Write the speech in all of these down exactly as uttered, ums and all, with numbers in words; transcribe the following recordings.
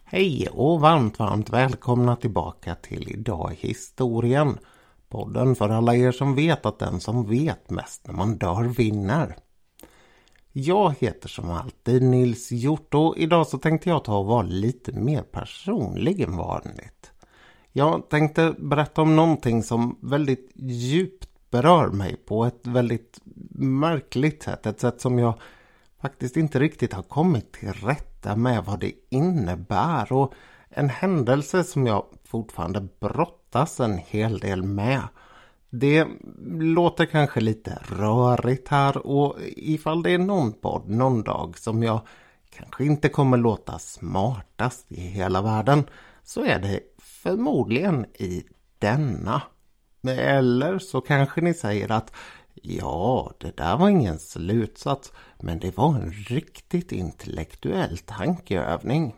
Hej och varmt, varmt välkomna tillbaka till Idag i historien. Podden för alla er som vet att den som vet mest när man dör vinner. Jag heter som alltid Nils Hjort och idag så tänkte jag ta och vara lite mer personlig än vanligt. Jag tänkte berätta om någonting som väldigt djupt berör mig på ett väldigt märkligt sätt. Ett sätt som jag faktiskt inte riktigt har kommit till rätta med vad det innebär. Och en händelse som jag fortfarande brottas en hel del med. Det låter kanske lite rörigt här och ifall det är någon podd någon dag som jag kanske inte kommer låta smartast i hela världen så är det förmodligen i denna. Eller så kanske ni säger att ja, det där var ingen slutsats, men det var en riktigt intellektuell tankeövning.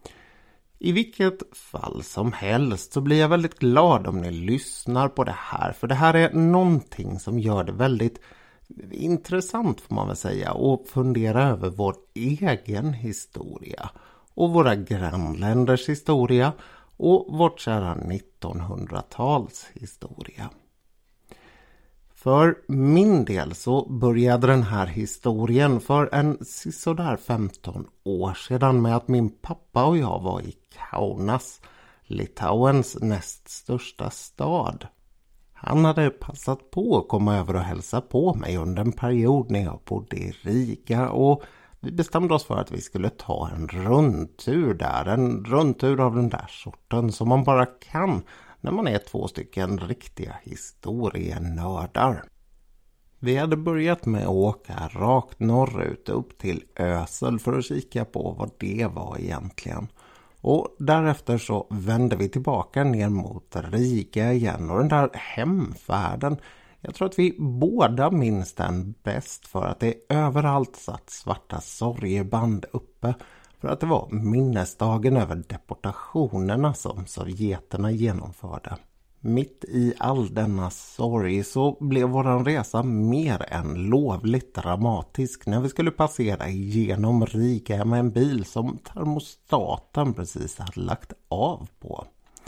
I vilket fall som helst så blir jag väldigt glad om ni lyssnar på det här. För det här är någonting som gör det väldigt intressant får man väl säga. Och fundera över vår egen historia. Och våra grannländers historia. Och vårt kära nittonhundratals historia. För min del så började den här historien för en sådär femton år sedan med att min pappa och jag var i Kaunas, Litauens näst största stad. Han hade passat på att komma över och hälsa på mig under en period när jag bodde i Riga och vi bestämde oss för att vi skulle ta en rundtur där. En rundtur av den där sorten som man bara kan när man är två stycken riktiga historienördar. Vi hade börjat med att åka rakt norrut upp till Ösel för att kika på vad det var egentligen. Och därefter så vände vi tillbaka ner mot Riga igen och den där hemfärden. Jag tror att vi båda minns den bäst för att det överallt satt svarta sorgeband uppe. För att det var minnesdagen över deportationerna som sovjeterna genomförde. Mitt i all denna sorg så blev våran resa mer än lovligt dramatisk när vi skulle passera igenom Riga med en bil som termostaten precis hade lagt av på.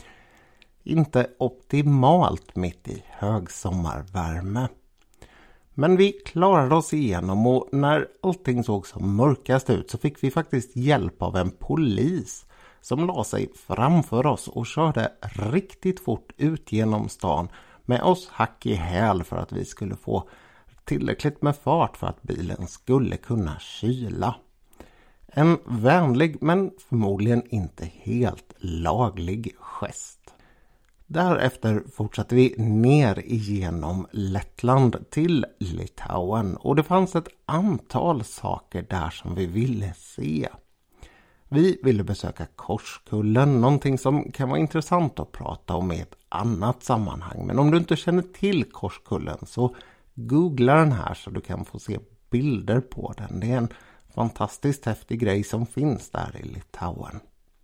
Inte optimalt mitt i högsommarvärme. Men vi klarade oss igenom och när allting såg som mörkast ut så fick vi faktiskt hjälp av en polis som la sig framför oss och körde riktigt fort ut genom stan med oss hack i häl för att vi skulle få tillräckligt med fart för att bilen skulle kunna kyla. En vänlig men förmodligen inte helt laglig gest. Därefter fortsatte vi ner igenom Lettland till Litauen och det fanns ett antal saker där som vi ville se. Vi ville besöka Korskullen, någonting som kan vara intressant att prata om i ett annat sammanhang. Men om du inte känner till Korskullen så googla den här så du kan få se bilder på den. Det är en fantastiskt häftig grej som finns där i Litauen.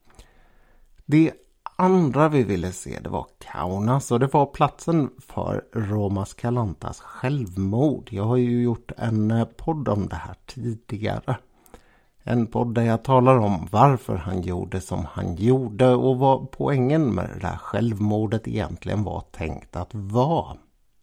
Det andra vi ville se det var Kaunas och det var platsen för Romas Kalantas självmord. Jag har ju gjort en podd om det här tidigare. En podd där jag talar om varför han gjorde som han gjorde och vad poängen med det där självmordet egentligen var tänkt att vara.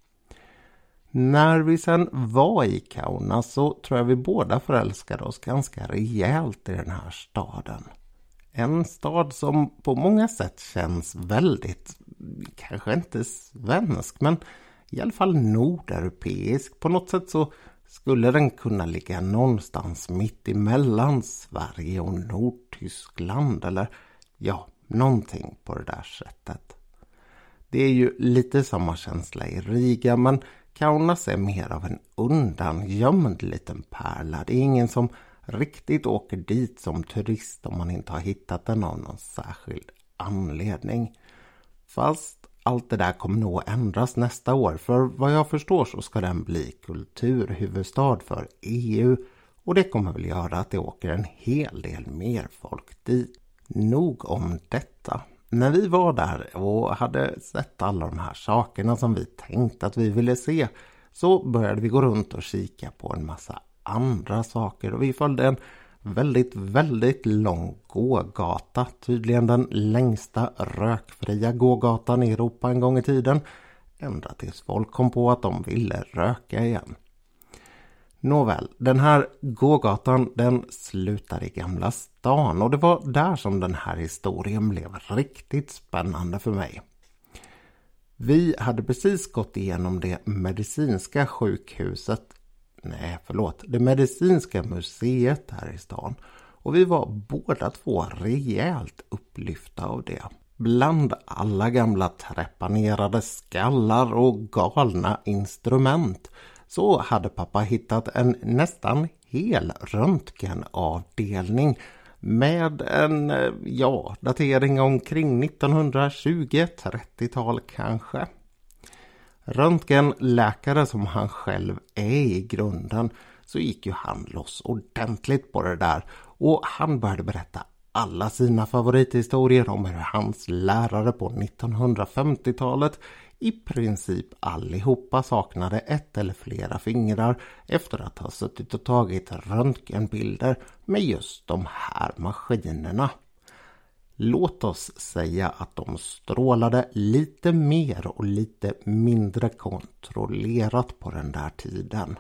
När vi sen var i Kaunas så tror jag vi båda förälskade oss ganska rejält i den här staden. En stad som på många sätt känns väldigt, kanske inte svensk, men i alla fall nordeuropeisk. På något sätt så skulle den kunna ligga någonstans mitt emellan Sverige och Nordtyskland. Eller ja, någonting på det där sättet. Det är ju lite samma känsla i Riga, men Kaunas är mer av en undangömd liten pärla. Det är ingen som riktigt åker dit som turist om man inte har hittat den av någon särskild anledning. Fast allt det där kommer nog ändras nästa år. För vad jag förstår så ska den bli kulturhuvudstad för E U. Och det kommer väl göra att det åker en hel del mer folk dit. Nog om detta. När vi var där och hade sett alla de här sakerna som vi tänkte att vi ville se så började vi gå runt och kika på en massa andra saker och vi följde en väldigt, väldigt lång gågata. Tydligen den längsta rökfria gågatan i Europa en gång i tiden. Ända tills folk kom på att de ville röka igen. Nåväl, den här gågatan den slutar i Gamla stan och det var där som den här historien blev riktigt spännande för mig. Vi hade precis gått igenom det medicinska sjukhuset, nej förlåt, det medicinska museet här i stan och vi var båda två rejält upplyfta av det. Bland alla gamla trepanerade skallar och galna instrument så hade pappa hittat en nästan hel röntgenavdelning med en, ja, datering omkring nittonhundratjugo trettiotal kanske. Röntgenläkare som han själv är i grunden så gick ju han loss ordentligt på det där och han började berätta alla sina favorithistorier om hur hans lärare på nittonhundrafemtiotalet i princip allihopa saknade ett eller flera fingrar efter att ha suttit och tagit röntgenbilder med just de här maskinerna. Låt oss säga att de strålade lite mer och lite mindre kontrollerat på den där tiden.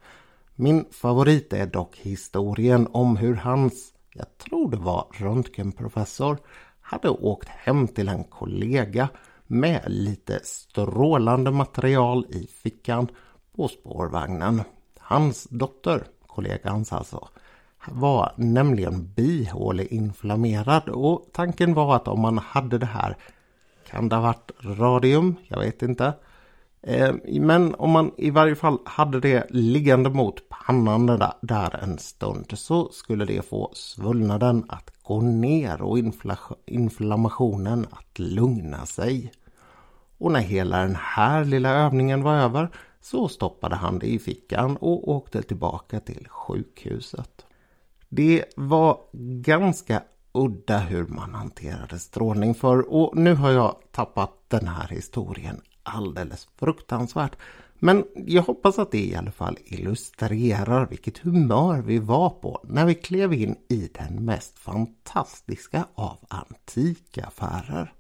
Min favorit är dock historien om hur hans, jag tror det var röntgenprofessor, hade åkt hem till en kollega med lite strålande material i fickan på spårvagnen. Hans dotter, kollegans alltså, var nämligen bihåleinflammerad och tanken var att om man hade det här, kan det ha varit radium, jag vet inte. Eh, men om man i varje fall hade det liggande mot pannan där, där en stund så skulle det få svullnaden att gå ner och infla- inflammationen att lugna sig. Och när hela den här lilla övningen var över så stoppade han det i fickan och åkte tillbaka till sjukhuset. Det var ganska udda hur man hanterade strålning för och nu har jag tappat den här historien alldeles fruktansvärt. Men jag hoppas att det i alla fall illustrerar vilket humör vi var på när vi klev in i den mest fantastiska av antikaffärer.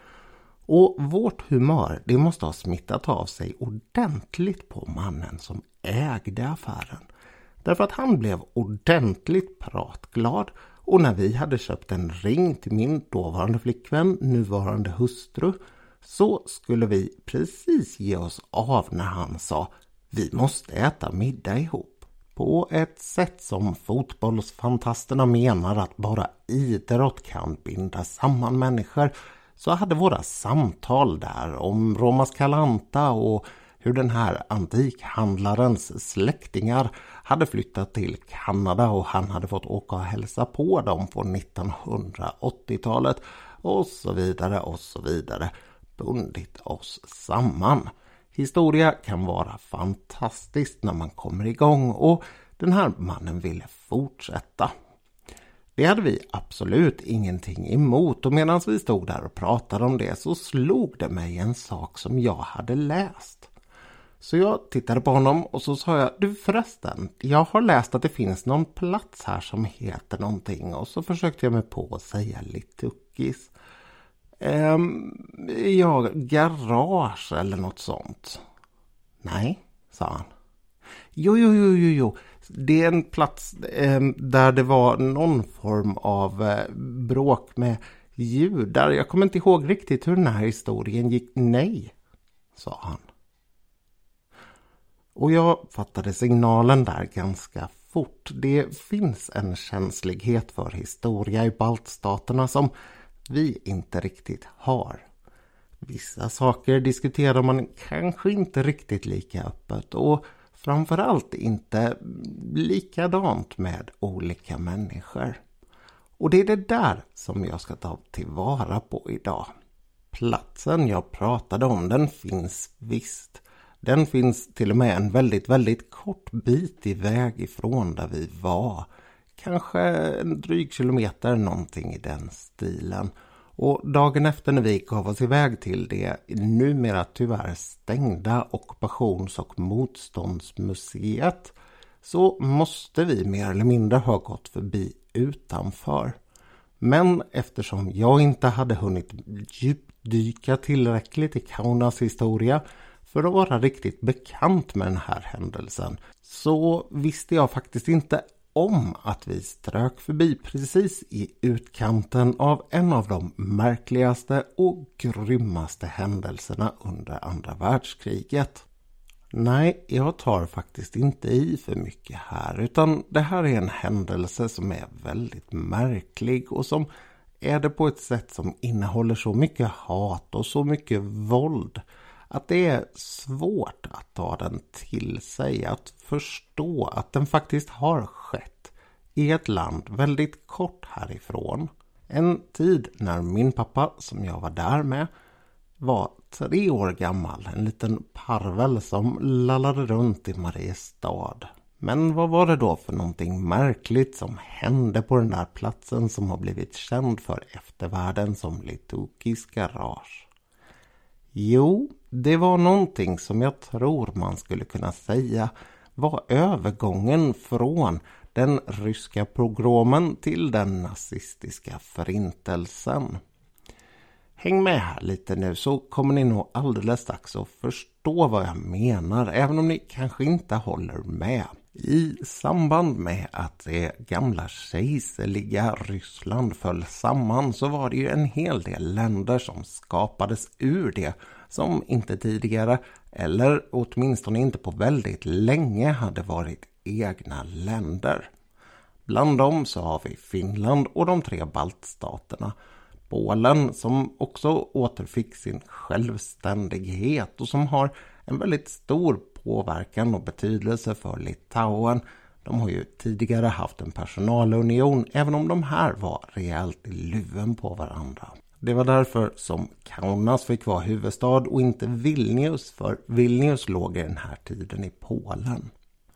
Och vårt humör, det måste ha smittat av sig ordentligt på mannen som ägde affären. Därför att han blev ordentligt pratglad och när vi hade köpt en ring till min dåvarande flickvän, nuvarande hustru, så skulle vi precis ge oss av när han sa vi måste äta middag ihop. På ett sätt som fotbollsfantasterna menar att bara idrott kan binda samman människor så hade våra samtal där om Romas Kalanta och hur den här antikhandlarens släktingar hade flyttat till Kanada och han hade fått åka och hälsa på dem på nittonhundraåttiotalet och så vidare och så vidare. Bundit oss samman. Historia kan vara fantastiskt när man kommer igång och den här mannen ville fortsätta. Det hade vi absolut ingenting emot och medan vi stod där och pratade om det så slog det mig en sak som jag hade läst. Så jag tittade på honom och så sa jag, du förresten, jag har läst att det finns någon plats här som heter någonting och så försökte jag mig på att säga litukis. Ehm, ja, garage eller något sånt. Nej, sa han. Jo, jo, jo, jo, jo. Det är en plats eh, där det var någon form av eh, bråk med judar. Jag kommer inte ihåg riktigt hur den här historien gick. Nej, sa han. Och jag fattade signalen där ganska fort. Det finns en känslighet för historia i baltstaterna som vi inte riktigt har. Vissa saker diskuterar man kanske inte riktigt lika öppet och framförallt inte likadant med olika människor. Och det är det där som jag ska ta tillvara på idag. Platsen jag pratade om, den finns visst. Den finns till och med en väldigt, väldigt kort bit i väg ifrån där vi var. Kanske en dryg kilometer, någonting i den stilen. Och dagen efter när vi gav oss iväg till det numera tyvärr stängda ockupations- och motståndsmuseet så måste vi mer eller mindre ha gått förbi utanför. Men eftersom jag inte hade hunnit djupdyka tillräckligt i Kaunas historia för att vara riktigt bekant med den här händelsen, så visste jag faktiskt inte om att vi strök förbi precis i utkanten av en av de märkligaste och grymmaste händelserna under andra världskriget. Nej, jag tar faktiskt inte i för mycket här, utan det här är en händelse som är väldigt märklig och som är det på ett sätt som innehåller så mycket hat och så mycket våld att det är svårt att ta den till sig, att förstå att den faktiskt har skett i ett land väldigt kort härifrån. En tid när min pappa, som jag var där med, var tre år gammal, en liten parvel som lallade runt i Mariestad. Men vad var det då för någonting märkligt som hände på den där platsen som har blivit känd för eftervärlden som Litokis garage? Jo, det var någonting som jag tror man skulle kunna säga var övergången från den ryska pogromen till den nazistiska förintelsen. Häng med här lite nu så kommer ni nog alldeles strax att förstå vad jag menar, även om ni kanske inte håller med. I samband med att det gamla kejserliga Ryssland föll samman så var det ju en hel del länder som skapades ur det som inte tidigare, eller åtminstone inte på väldigt länge, hade varit egna länder. Bland dem så har vi Finland och de tre baltstaterna. Polen som också återfick sin självständighet och som har en väldigt stor påverkan och betydelse för Litauen. De har ju tidigare haft en personalunion, även om de här var rejält i luven på varandra. Det var därför som Kaunas fick vara huvudstad och inte Vilnius, för Vilnius låg i den här tiden i Polen.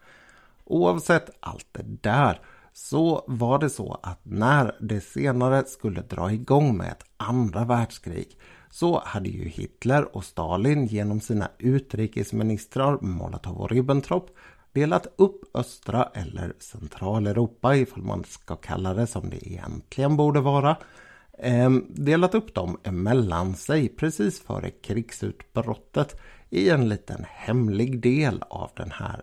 Oavsett allt det där så var det så att när det senare skulle dra igång med ett andra världskrig så hade ju Hitler och Stalin genom sina utrikesministrar Molotov och Ribbentrop delat upp östra eller centraleuropa, ifall man ska kalla det som det egentligen borde vara, eh, delat upp dem emellan sig precis före krigsutbrottet i en liten hemlig del av den här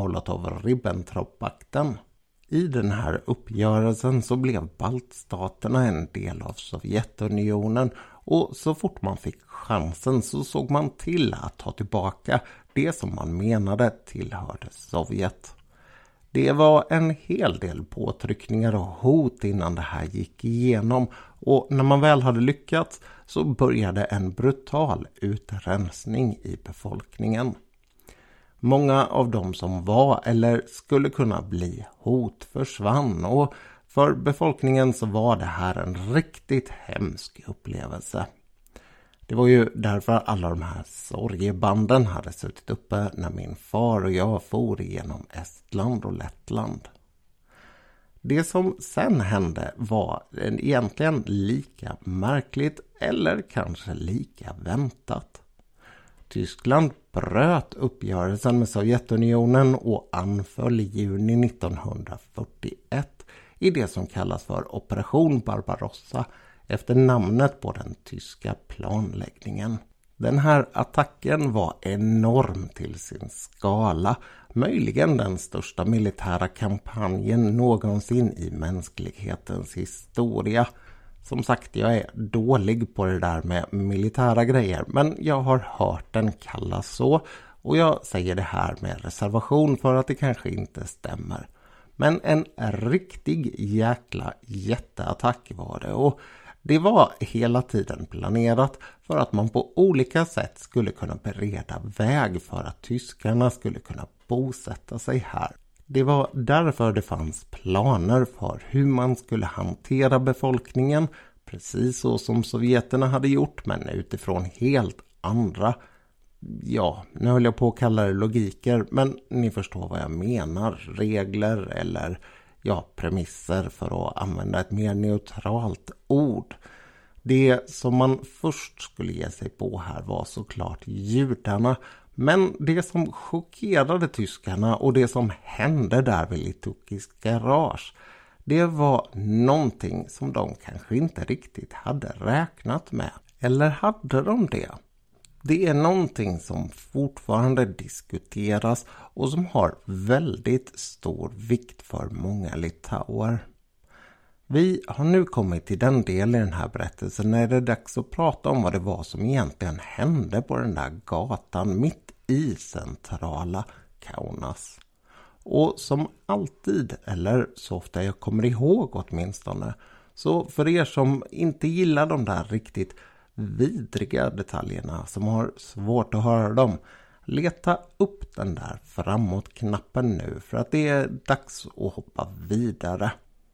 Molotov-Ribbentrop-pakten. I den här uppgörelsen så blev baltstaterna en del av Sovjetunionen och så fort man fick chansen så såg man till att ta tillbaka det som man menade tillhörde Sovjet. Det var en hel del påtryckningar och hot innan det här gick igenom, och när man väl hade lyckats så började en brutal utrensning i befolkningen. Många av dem som var eller skulle kunna bli hot försvann, och för befolkningen så var det här en riktigt hemsk upplevelse. Det var ju därför alla de här sorgebanden hade suttit uppe när min far och jag for igenom Estland och Lettland. Det som sen hände var egentligen lika märkligt eller kanske lika väntat. Tyskland bröt uppgörelsen med Sovjetunionen och anföll i juni nittonhundrafyrtioett i det som kallas för Operation Barbarossa efter namnet på den tyska planläggningen. Den här attacken var enorm till sin skala, möjligen den största militära kampanjen någonsin i mänsklighetens historia. Som sagt, jag är dålig på det där med militära grejer, men jag har hört den kallas så, och jag säger det här med reservation för att det kanske inte stämmer. Men en riktig jäkla jätteattack var det, och det var hela tiden planerat för att man på olika sätt skulle kunna bereda väg för att tyskarna skulle kunna bosätta sig här. Det var därför det fanns planer för hur man skulle hantera befolkningen, precis så som sovjeterna hade gjort, men utifrån helt andra, ja, nu höll jag på att kalla det logiker, men ni förstår vad jag menar, regler eller ja, premisser för att använda ett mer neutralt ord. Det som man först skulle ge sig på här var såklart judarna, Men det som chockerade tyskarna och det som hände där vid Litukis garage, det var någonting som de kanske inte riktigt hade räknat med. Eller hade de det? Det är någonting som fortfarande diskuteras och som har väldigt stor vikt för många litauer. Vi har nu kommit till den del i den här berättelsen när det är dags att prata om vad det var som egentligen hände på den där gatan mitt i centrala Kaunas. Och som alltid, eller så ofta jag kommer ihåg åtminstone, så för er som inte gillar de där riktigt vidriga detaljerna, som har svårt att höra dem, leta upp den där framåt-knappen nu, för att det är dags att hoppa vidare.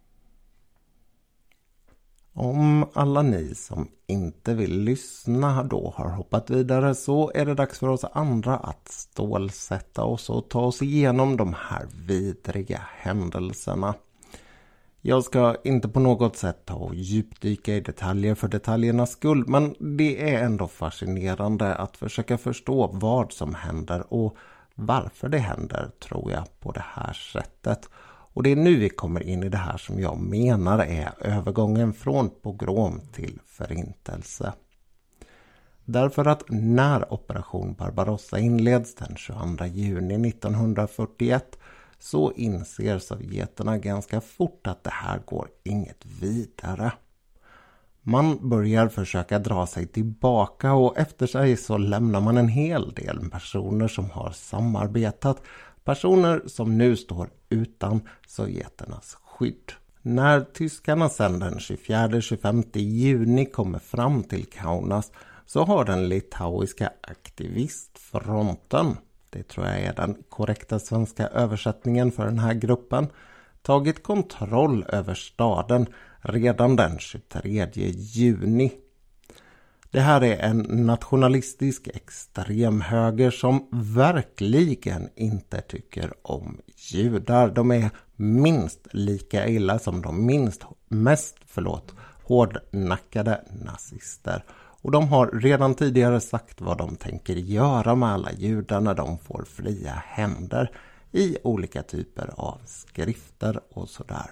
Om alla ni som inte vill lyssna då har hoppat vidare, så är det dags för oss andra att stålsätta oss och ta oss igenom de här vidriga händelserna. Jag ska inte på något sätt ta och djupdyka i detaljer för detaljernas skull, men det är ändå fascinerande att försöka förstå vad som händer och varför det händer, tror jag, på det här sättet. Och det är nu vi kommer in i det här som jag menar är övergången från pogrom till förintelse. Därför att när operation Barbarossa inleds den tjugoandra juni nittonhundrafyrtioett så inser sovjeterna ganska fort att det här går inget vidare. Man börjar försöka dra sig tillbaka och efter sig så lämnar man en hel del personer som har samarbetat. Personer som nu står utan sovjeternas skydd. När tyskarna sedan den tjugofjärde till tjugofemte juni kommer fram till Kaunas så har den litauiska aktivistfronten, det tror jag är den korrekta svenska översättningen för den här gruppen, tagit kontroll över staden redan den tjugotredje juni. Det här är en nationalistisk extremhöger som verkligen inte tycker om judar. De är minst lika illa som de minst, mest förlåt, hårdnackade nazister. Och de har redan tidigare sagt vad de tänker göra med alla judar när de får fria händer i olika typer av skrifter och sådär.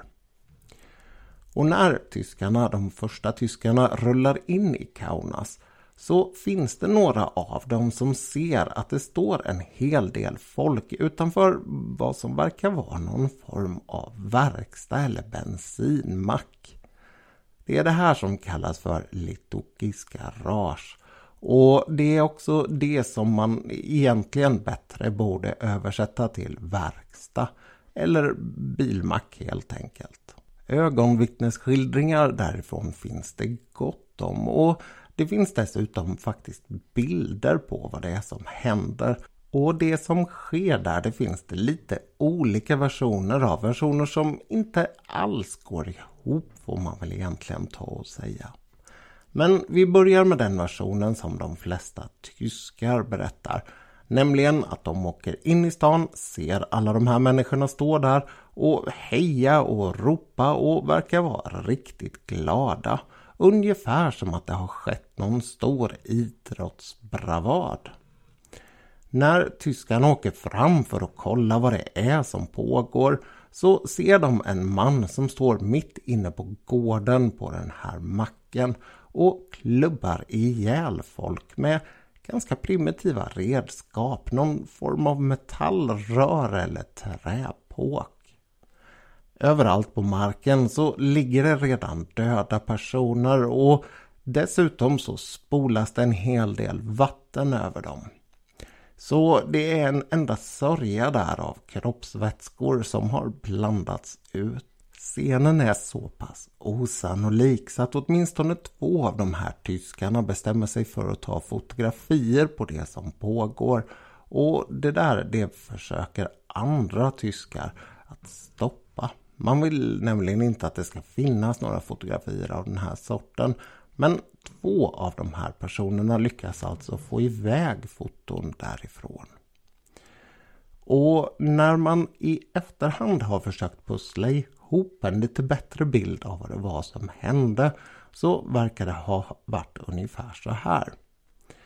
Och när tyskarna, de första tyskarna rullar in i Kaunas så finns det några av dem som ser att det står en hel del folk utanför vad som verkar vara någon form av verkstad eller bensinmack. Det är det här som kallas för Litukis garage. Och det är också det som man egentligen bättre borde översätta till verkstad eller bilmack helt enkelt. Ögonvittnesskildringar därifrån finns det gott om och det finns dessutom faktiskt bilder på vad det är som händer. Och det som sker där, det finns det lite olika versioner av. Versioner som inte alls går ihop får man väl egentligen ta och säga. Men vi börjar med den versionen som de flesta tyskar berättar. Nämligen att de åker in i stan, ser alla de här människorna stå där och heja och ropa och verkar vara riktigt glada. Ungefär som att det har skett någon stor idrottsbravad. När tyskarna åker fram för att kolla vad det är som pågår så ser de en man som står mitt inne på gården på den här macken och klubbar ihjäl folk med ganska primitiva redskap, någon form av metallrör eller träpåk. Överallt på marken så ligger det redan döda personer och dessutom så spolas det en hel del vatten över dem. Så det är en enda sörja där av kroppsvätskor som har blandats ut. Scenen är så pass osannolik så att åtminstone två av de här tyskarna bestämmer sig för att ta fotografier på det som pågår. Och det där, det försöker andra tyskar att stoppa. Man vill nämligen inte att det ska finnas några fotografier av den här sorten. Men två av de här personerna lyckas alltså få iväg foton därifrån. Och när man i efterhand har försökt pussla ihop en lite bättre bild av vad det var som hände så verkar det ha varit ungefär så här.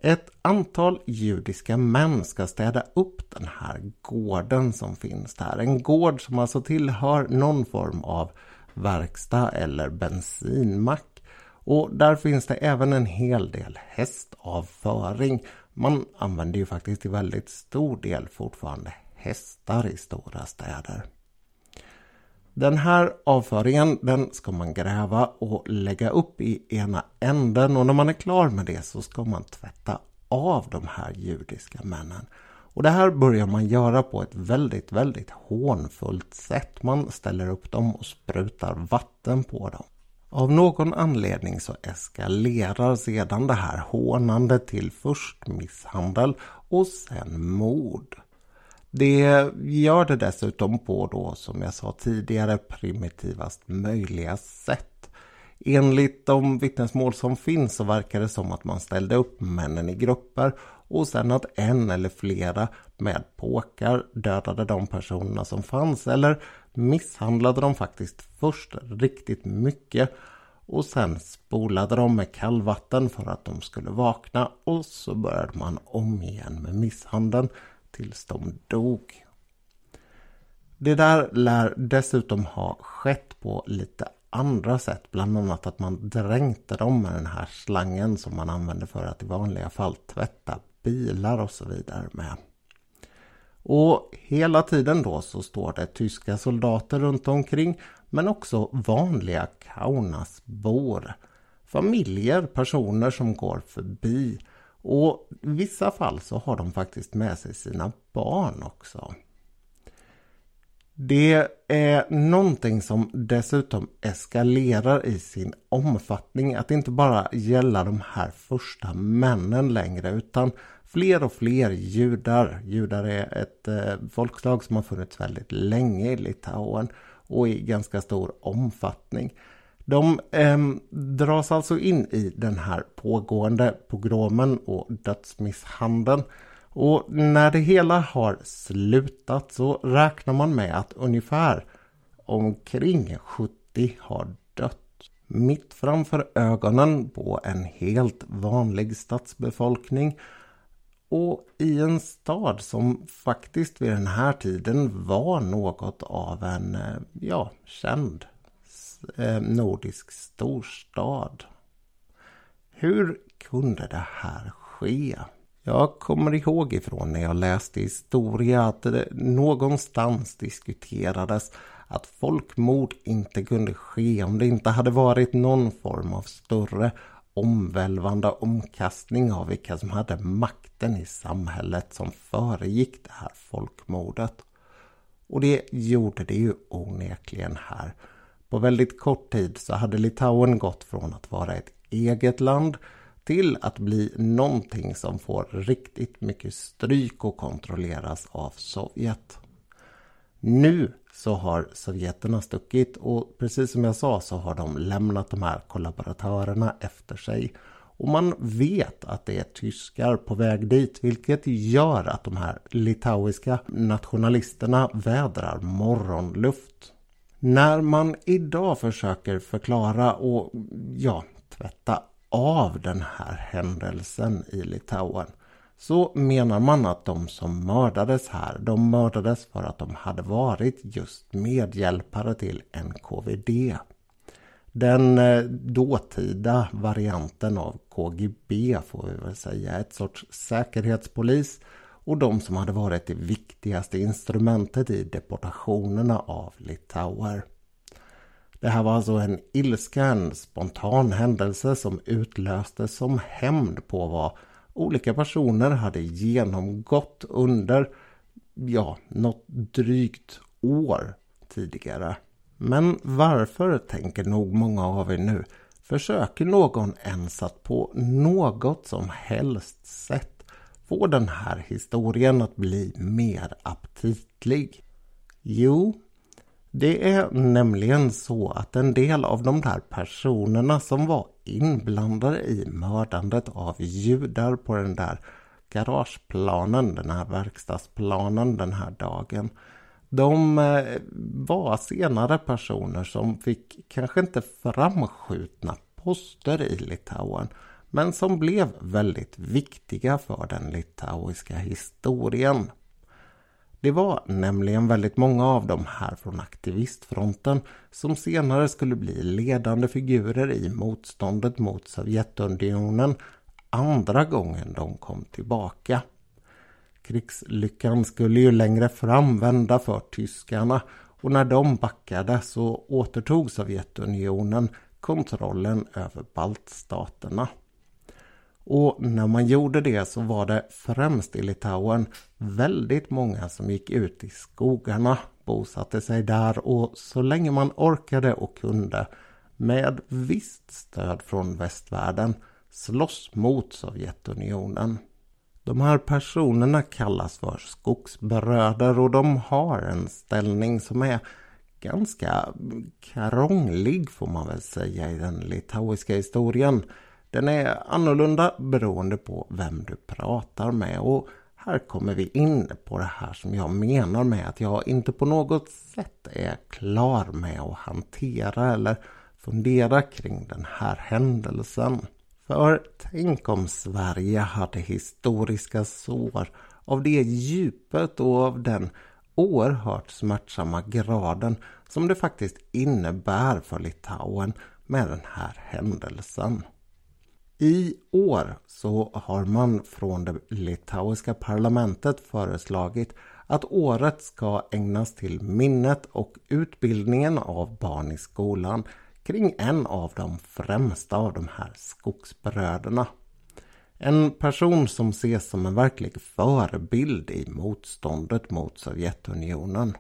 Ett antal judiska män ska städa upp den här gården som finns där. En gård som alltså tillhör någon form av verkstad eller bensinmack. Och där finns det även en hel del hästavföring. Man använder ju faktiskt i väldigt stor del fortfarande hästar i stora städer. Den här avföringen den ska man gräva och lägga upp i ena änden, och när man är klar med det så ska man tvätta av de här judiska männen. Och det här börjar man göra på ett väldigt väldigt hånfullt sätt. Man ställer upp dem och sprutar vatten på dem. Av någon anledning så eskalerar sedan det här hånande till först misshandel och sen mord. Det gör det dessutom på då, som jag sa tidigare, primitivast möjliga sätt. Enligt de vittnesmål som finns så verkar det som att man ställde upp männen i grupper och sen att en eller flera med påkar dödade de personerna som fanns, eller misshandlade dem faktiskt först riktigt mycket och sen spolade de med kallvatten för att de skulle vakna, och så började man om igen med misshandeln tills de dog. Det där lär dessutom ha skett på lite andra sätt, bland annat att man dränkte dem med den här slangen som man använde för att i vanliga fall tvätta bilar och så vidare med. Och hela tiden då så står det tyska soldater runt omkring, men också vanliga Kaunasbor, familjer, personer som går förbi. Och i vissa fall så har de faktiskt med sig sina barn också. Det är någonting som dessutom eskalerar i sin omfattning, att inte bara gälla de här första männen längre, utan fler och fler judar. Judar är ett eh, folkslag som har funnits väldigt länge i Litauen och i ganska stor omfattning. De eh, dras alltså in i den här pågående pogromen och dödsmisshandeln. Och när det hela har slutat så räknar man med att ungefär omkring sjuttio har dött. Mitt framför ögonen på en helt vanlig stadsbefolkning. Och i en stad som faktiskt vid den här tiden var något av en ja, känd nordisk storstad. Hur kunde det här ske? Jag kommer ihåg ifrån när jag läste historia att det någonstans diskuterades att folkmord inte kunde ske om det inte hade varit någon form av större omvälvande omkastning av vilka som hade makten i samhället som föregick det här folkmordet. Och det gjorde det ju onekligen här. På väldigt kort tid så hade Litauen gått från att vara ett eget land till att bli någonting som får riktigt mycket stryk och kontrolleras av Sovjet. Nu så har sovjeterna stuckit, och precis som jag sa så har de lämnat de här kollaboratörerna efter sig. Och man vet att det är tyskar på väg dit, vilket gör att de här litauiska nationalisterna vädrar morgonluft. När man idag försöker förklara och ja, tvätta av den här händelsen i Litauen, så menar man att de som mördades här, de mördades för att de hade varit just medhjälpare till N K V D. Den dåtida varianten av K G B får vi väl säga, ett sorts säkerhetspolis, och de som hade varit det viktigaste instrumentet i deportationerna av litauer. Det här var alltså en ilska, en spontan händelse som utlöstes som hämnd på vad olika personer hade genomgått under, ja, något drygt år tidigare. Men varför, tänker nog många av er nu, försöker någon ens att på något som helst sätt få den här historien att bli mer aptitlig? Jo, det är nämligen så att en del av de där personerna som var inblandade i mördandet av judar på den där garageplanen, den här verkstadsplanen den här dagen, de var senare personer som fick kanske inte framskjutna poster i Litauen, men som blev väldigt viktiga för den litauiska historien. Det var nämligen väldigt många av dem här från aktivistfronten som senare skulle bli ledande figurer i motståndet mot Sovjetunionen andra gången de kom tillbaka. Krigslyckan skulle ju längre fram vända för tyskarna, och när de backade så återtog Sovjetunionen kontrollen över baltstaterna. Och när man gjorde det så var det främst i Litauen väldigt många som gick ut i skogarna, bosatte sig där och så länge man orkade och kunde med visst stöd från västvärlden slåss mot Sovjetunionen. De här personerna kallas för skogsbröder och de har en ställning som är ganska krånglig får man väl säga i den litauiska historien. Den är annorlunda beroende på vem du pratar med, och här kommer vi in på det här som jag menar med att jag inte på något sätt är klar med att hantera eller fundera kring den här händelsen. För tänk om Sverige hade historiska sår av det djupet och av den oerhört smärtsamma graden som det faktiskt innebär för Litauen med den här händelsen. I år så har man från det litauiska parlamentet föreslagit att året ska ägnas till minnet och utbildningen av barn i skolan kring en av de främsta av de här skogsbröderna. En person som ses som en verklig förebild i motståndet mot Sovjetunionen.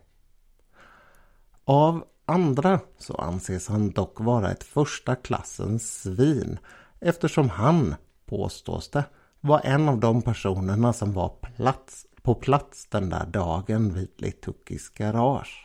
Av andra så anses han dock vara ett första klassens svin, eftersom han, påstås det, var en av de personerna som var plats, på plats den där dagen vid Litukis garage.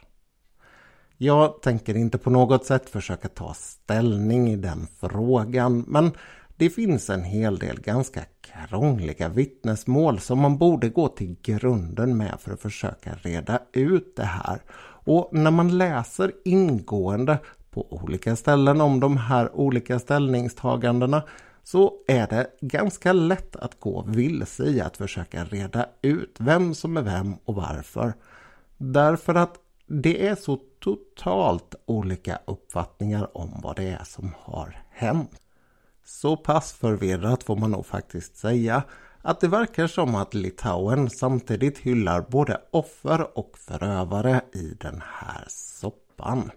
Jag tänker inte på något sätt försöka ta ställning i den frågan, men det finns en hel del ganska krångliga vittnesmål som man borde gå till grunden med för att försöka reda ut det här. Och när man läser ingående på olika ställen om de här olika ställningstagandena så är det ganska lätt att gå vilse i att försöka reda ut vem som är vem och varför. Därför att det är så totalt olika uppfattningar om vad det är som har hänt. Så pass förvirrat får man nog faktiskt säga att det verkar som att Litauen samtidigt hyllar både offer och förövare i den här soppan.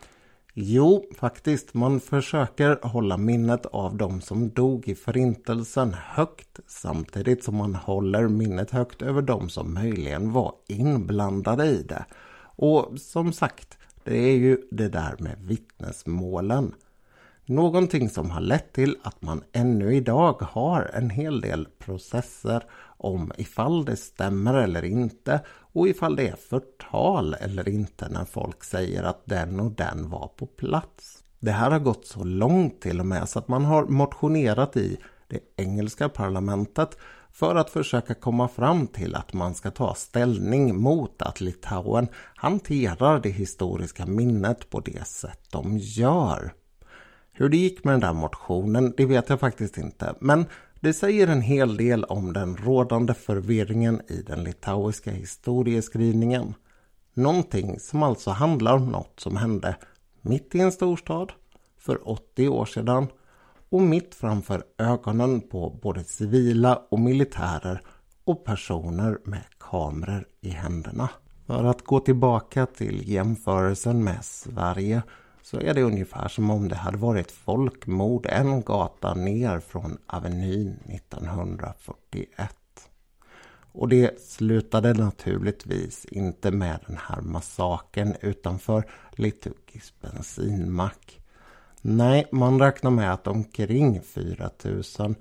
Jo, faktiskt, man försöker hålla minnet av de som dog i förintelsen högt samtidigt som man håller minnet högt över de som möjligen var inblandade i det. Och som sagt, det är ju det där med vittnesmålen. Någonting som har lett till att man ännu idag har en hel del processer om ifall det stämmer eller inte och ifall det är förtal eller inte när folk säger att den och den var på plats. Det här har gått så långt till och med så att man har motionerat i det engelska parlamentet för att försöka komma fram till att man ska ta ställning mot att Litauen hanterar det historiska minnet på det sätt de gör. Hur det gick med den där motionen, det vet jag faktiskt inte. Men det säger en hel del om den rådande förvirringen i den litauiska historieskrivningen. Någonting som alltså handlar om något som hände mitt i en storstad för åttio år sedan och mitt framför ögonen på både civila och militärer och personer med kameror i händerna. För att gå tillbaka till jämförelsen med Sverige så är det ungefär som om det hade varit folkmord en gata ner från Avenyn nittonhundrafyrtioett. Och det slutade naturligtvis inte med den här massaken utanför Litukis bensinmack. Nej, man räknar med att omkring fyra tusen,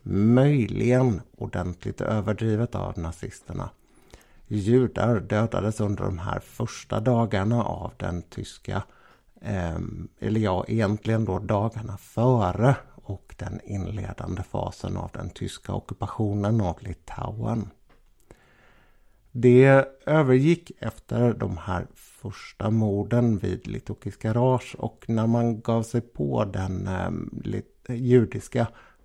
möjligen ordentligt överdrivet av nazisterna, judar dödades under de här första dagarna av den tyska eller ja, egentligen då dagarna före och den inledande fasen av den tyska ockupationen av Litauen. Det övergick efter de här första morden vid Litukis garage och när man gav sig på den eh, judiska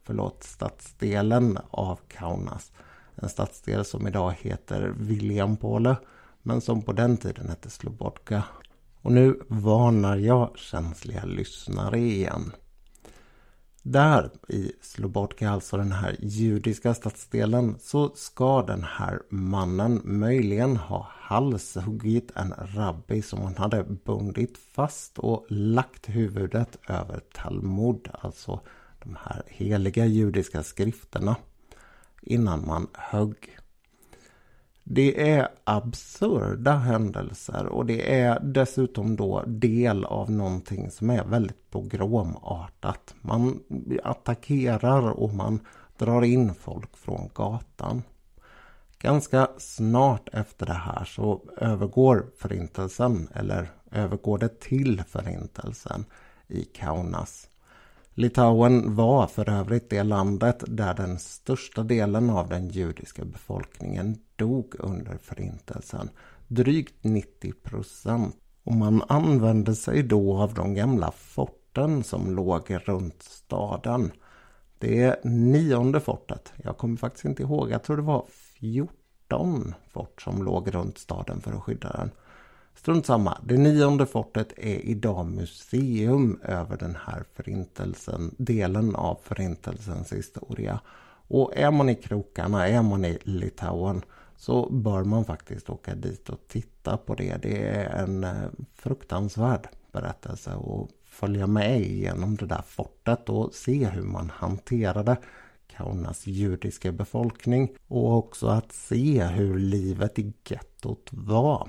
förlåt, stadsdelen av Kaunas. En stadsdel som idag heter Viljampolė, men som på den tiden hette Slobodka. Och nu varnar jag känsliga lyssnare igen. Där i Slobodka, alltså den här judiska stadsdelen, så ska den här mannen möjligen ha halshuggit en rabbi som hon hade bundit fast och lagt huvudet över Talmud, alltså de här heliga judiska skrifterna, innan man högg. Det är absurda händelser och det är dessutom då del av någonting som är väldigt pogromartat. Man attackerar och man drar in folk från gatan. Ganska snart efter det här så övergår förintelsen, eller övergår det till förintelsen i Kaunas. Litauen var för övrigt det landet där den största delen av den judiska befolkningen dog under förintelsen. Drygt nittio procent. Och man använde sig då av de gamla forten som låg runt staden. Det nionde fortet, jag kommer faktiskt inte ihåg, jag tror det var fjorton fort som låg runt staden för att skydda den. Strunt samma, det nionde fortet är idag museum över den här förintelsen, delen av förintelsens historia. Och är man i krokarna, är man i Litauen, så bör man faktiskt åka dit och titta på det. Det är en fruktansvärd berättelse och följa med igenom det där fortet och se hur man hanterade Kaunas judiska befolkning och också att se hur livet i gettot var.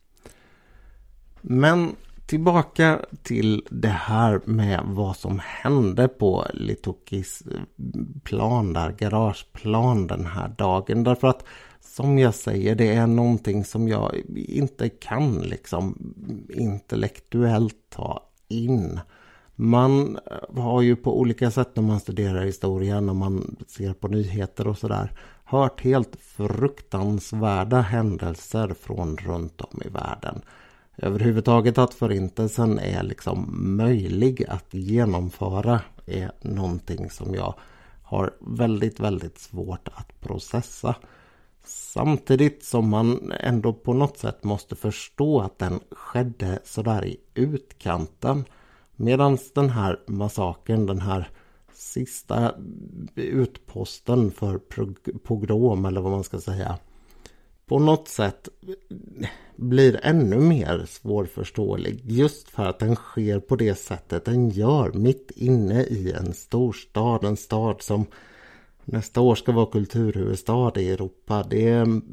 Men tillbaka till det här med vad som hände på Litokis plan där, garageplan den här dagen. Därför att som jag säger, det är någonting som jag inte kan liksom intellektuellt ta in. Man har ju på olika sätt när man studerar historia, när man ser på nyheter och sådär, hört helt fruktansvärda händelser från runt om i världen. Överhuvudtaget att förintelsen är liksom möjlig att genomföra är någonting som jag har väldigt, väldigt svårt att processa. Samtidigt som man ändå på något sätt måste förstå att den skedde sådär i utkanten. Medan den här massakern, den här sista utposten för pogrom eller vad man ska säga, på något sätt blir ännu mer svårförståelig just för att den sker på det sättet den gör mitt inne i en storstad, en stad som nästa år ska vara kulturhuvudstad i Europa. Det är,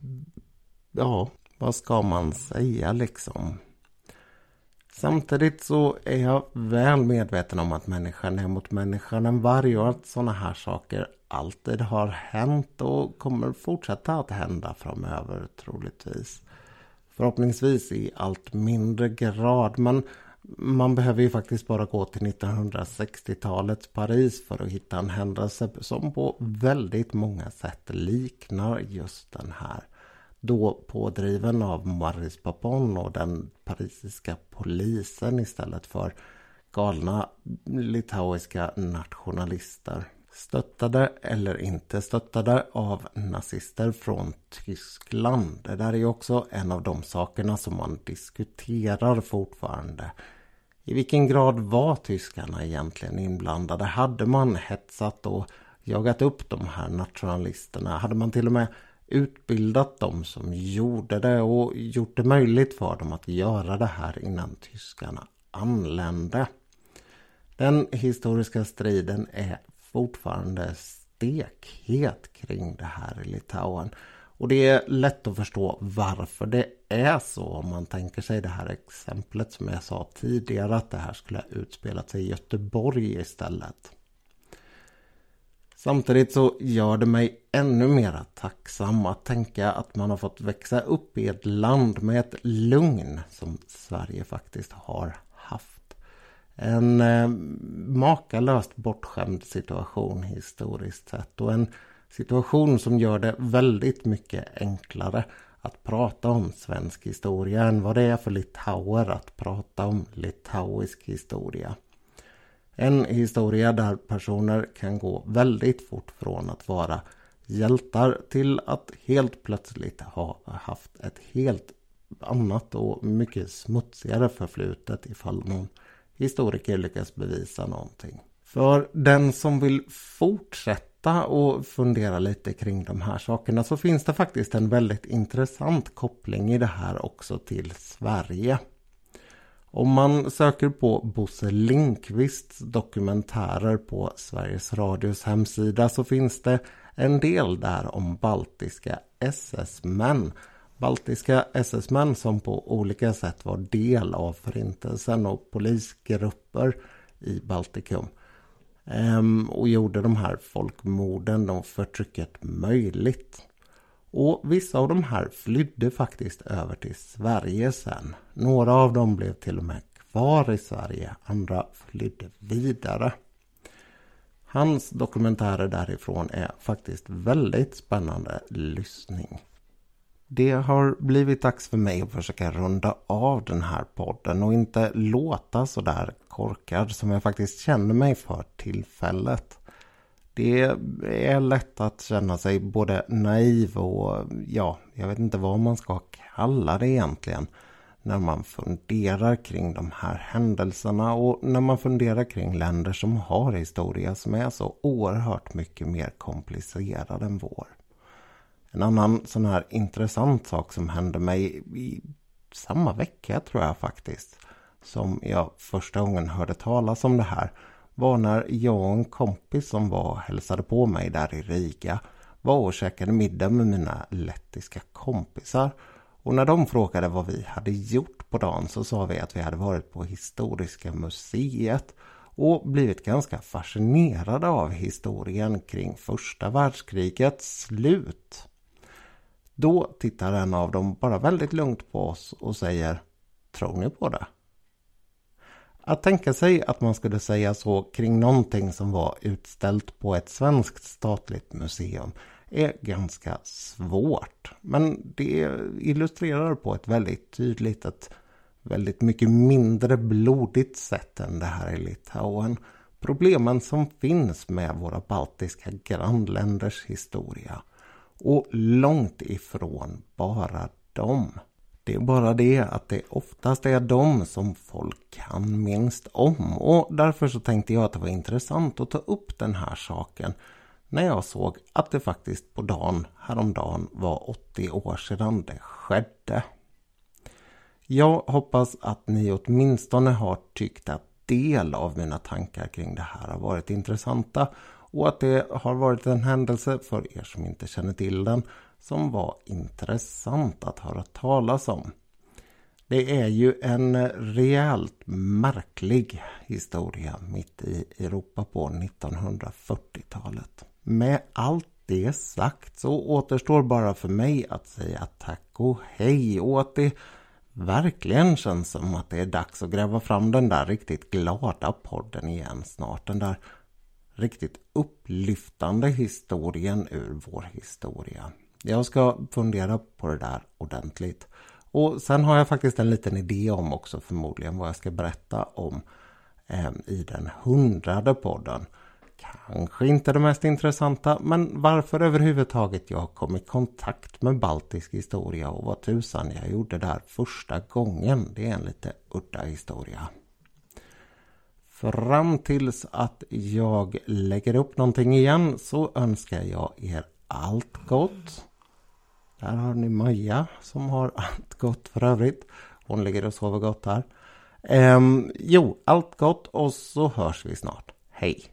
ja, vad ska man säga liksom? Samtidigt så är jag väl medveten om att människan är mot människan en varg och att sådana här saker alltid har hänt och kommer fortsätta att hända framöver troligtvis. Förhoppningsvis i allt mindre grad, men man behöver ju faktiskt bara gå till nittonhundrasextiotalets Paris för att hitta en händelse som på väldigt många sätt liknar just den här. Då pådriven av Maurice Papon och den parisiska polisen istället för galna litauiska nationalister. Stöttade eller inte stöttade av nazister från Tyskland. Det där är ju också en av de sakerna som man diskuterar fortfarande. I vilken grad var tyskarna egentligen inblandade? Hade man hetsat och jagat upp de här nationalisterna? Hade man till och med utbildat dem som gjorde det och gjort det möjligt för dem att göra det här innan tyskarna anlände? Den historiska striden är fortfarande stekhet kring det här i Litauen. Och det är lätt att förstå varför det är så om man tänker sig det här exemplet som jag sa tidigare, att det här skulle ha utspelat sig i Göteborg istället. Samtidigt så gör det mig ännu mer tacksam att tänka att man har fått växa upp i ett land med ett lugn som Sverige faktiskt har haft. En eh, makalöst bortskämd situation historiskt sett och en situation som gör det väldigt mycket enklare att prata om svensk historia än vad det är för litauer att prata om litauisk historia. En historia där personer kan gå väldigt fort från att vara hjältar till att helt plötsligt ha haft ett helt annat och mycket smutsigare förflutet ifall någon historiker lyckas bevisa någonting. För den som vill fortsätta och fundera lite kring de här sakerna så finns det faktiskt en väldigt intressant koppling i det här också till Sverige. Om man söker på Bosse Lindqvists dokumentärer på Sveriges Radios hemsida så finns det en del där om baltiska S S-män. Baltiska S S-män som på olika sätt var del av förintelsen och polisgrupper i Baltikum. Ehm, och gjorde de här folkmorden och förtrycket möjligt. Och vissa av de här flydde faktiskt över till Sverige sen. Några av dem blev till och med kvar i Sverige, andra flydde vidare. Hans dokumentärer därifrån är faktiskt väldigt spännande lyssning. Det har blivit dags för mig att försöka runda av den här podden och inte låta så där korkad som jag faktiskt känner mig för tillfället. Det är lätt att känna sig både naiv och ja, jag vet inte vad man ska kalla det egentligen när man funderar kring de här händelserna och när man funderar kring länder som har historia som är så oerhört mycket mer komplicerad än vår. En annan sån här intressant sak som hände mig i samma vecka tror jag faktiskt som jag första gången hörde talas om det här var när jag och en kompis som var och hälsade på mig där i Riga var och käkade middag med mina lettiska kompisar. Och när de frågade vad vi hade gjort på dagen så sa vi att vi hade varit på Historiska museet och blivit ganska fascinerade av historien kring första världskrigets slut. Då tittar en av dem bara väldigt lugnt på oss och säger: tror ni på det? Att tänka sig att man skulle säga så kring någonting som var utställt på ett svenskt statligt museum är ganska svårt. Men det illustrerar på ett väldigt tydligt, ett väldigt mycket mindre blodigt sätt än det här i Litauen. Problemen som finns med våra baltiska grannländers historia. Och långt ifrån bara dem. Det är bara det att det oftast är dem som folk kan minst om. Och därför så tänkte jag att det var intressant att ta upp den här saken när jag såg att det faktiskt på dagen häromdagen var åttio år sedan det skedde. Jag hoppas att ni åtminstone har tyckt att del av mina tankar kring det här har varit intressanta och att det har varit en händelse för er som inte känner till den som var intressant att höra talas om. Det är ju en rejält märklig historia mitt i Europa på nittonhundrafyrtiotalet. Med allt det sagt så återstår bara för mig att säga tack och hej och att det verkligen känns som att det är dags att gräva fram den där riktigt glada podden igen snart. Den där riktigt upplyftande historien ur vår historia. Jag ska fundera på det där ordentligt. Och sen har jag faktiskt en liten idé om också förmodligen vad jag ska berätta om eh, i den hundrade podden. Kanske inte det mest intressanta, men varför överhuvudtaget jag kom i kontakt med baltisk historia och vad tusan jag gjorde där första gången. Det är en lite udda historia. Fram tills att jag lägger upp någonting igen så önskar jag er allt gott. Där har ni Maja som har allt gott för övrigt. Hon ligger och sover gott här. Ehm, jo, allt gott och så hörs vi snart. Hej!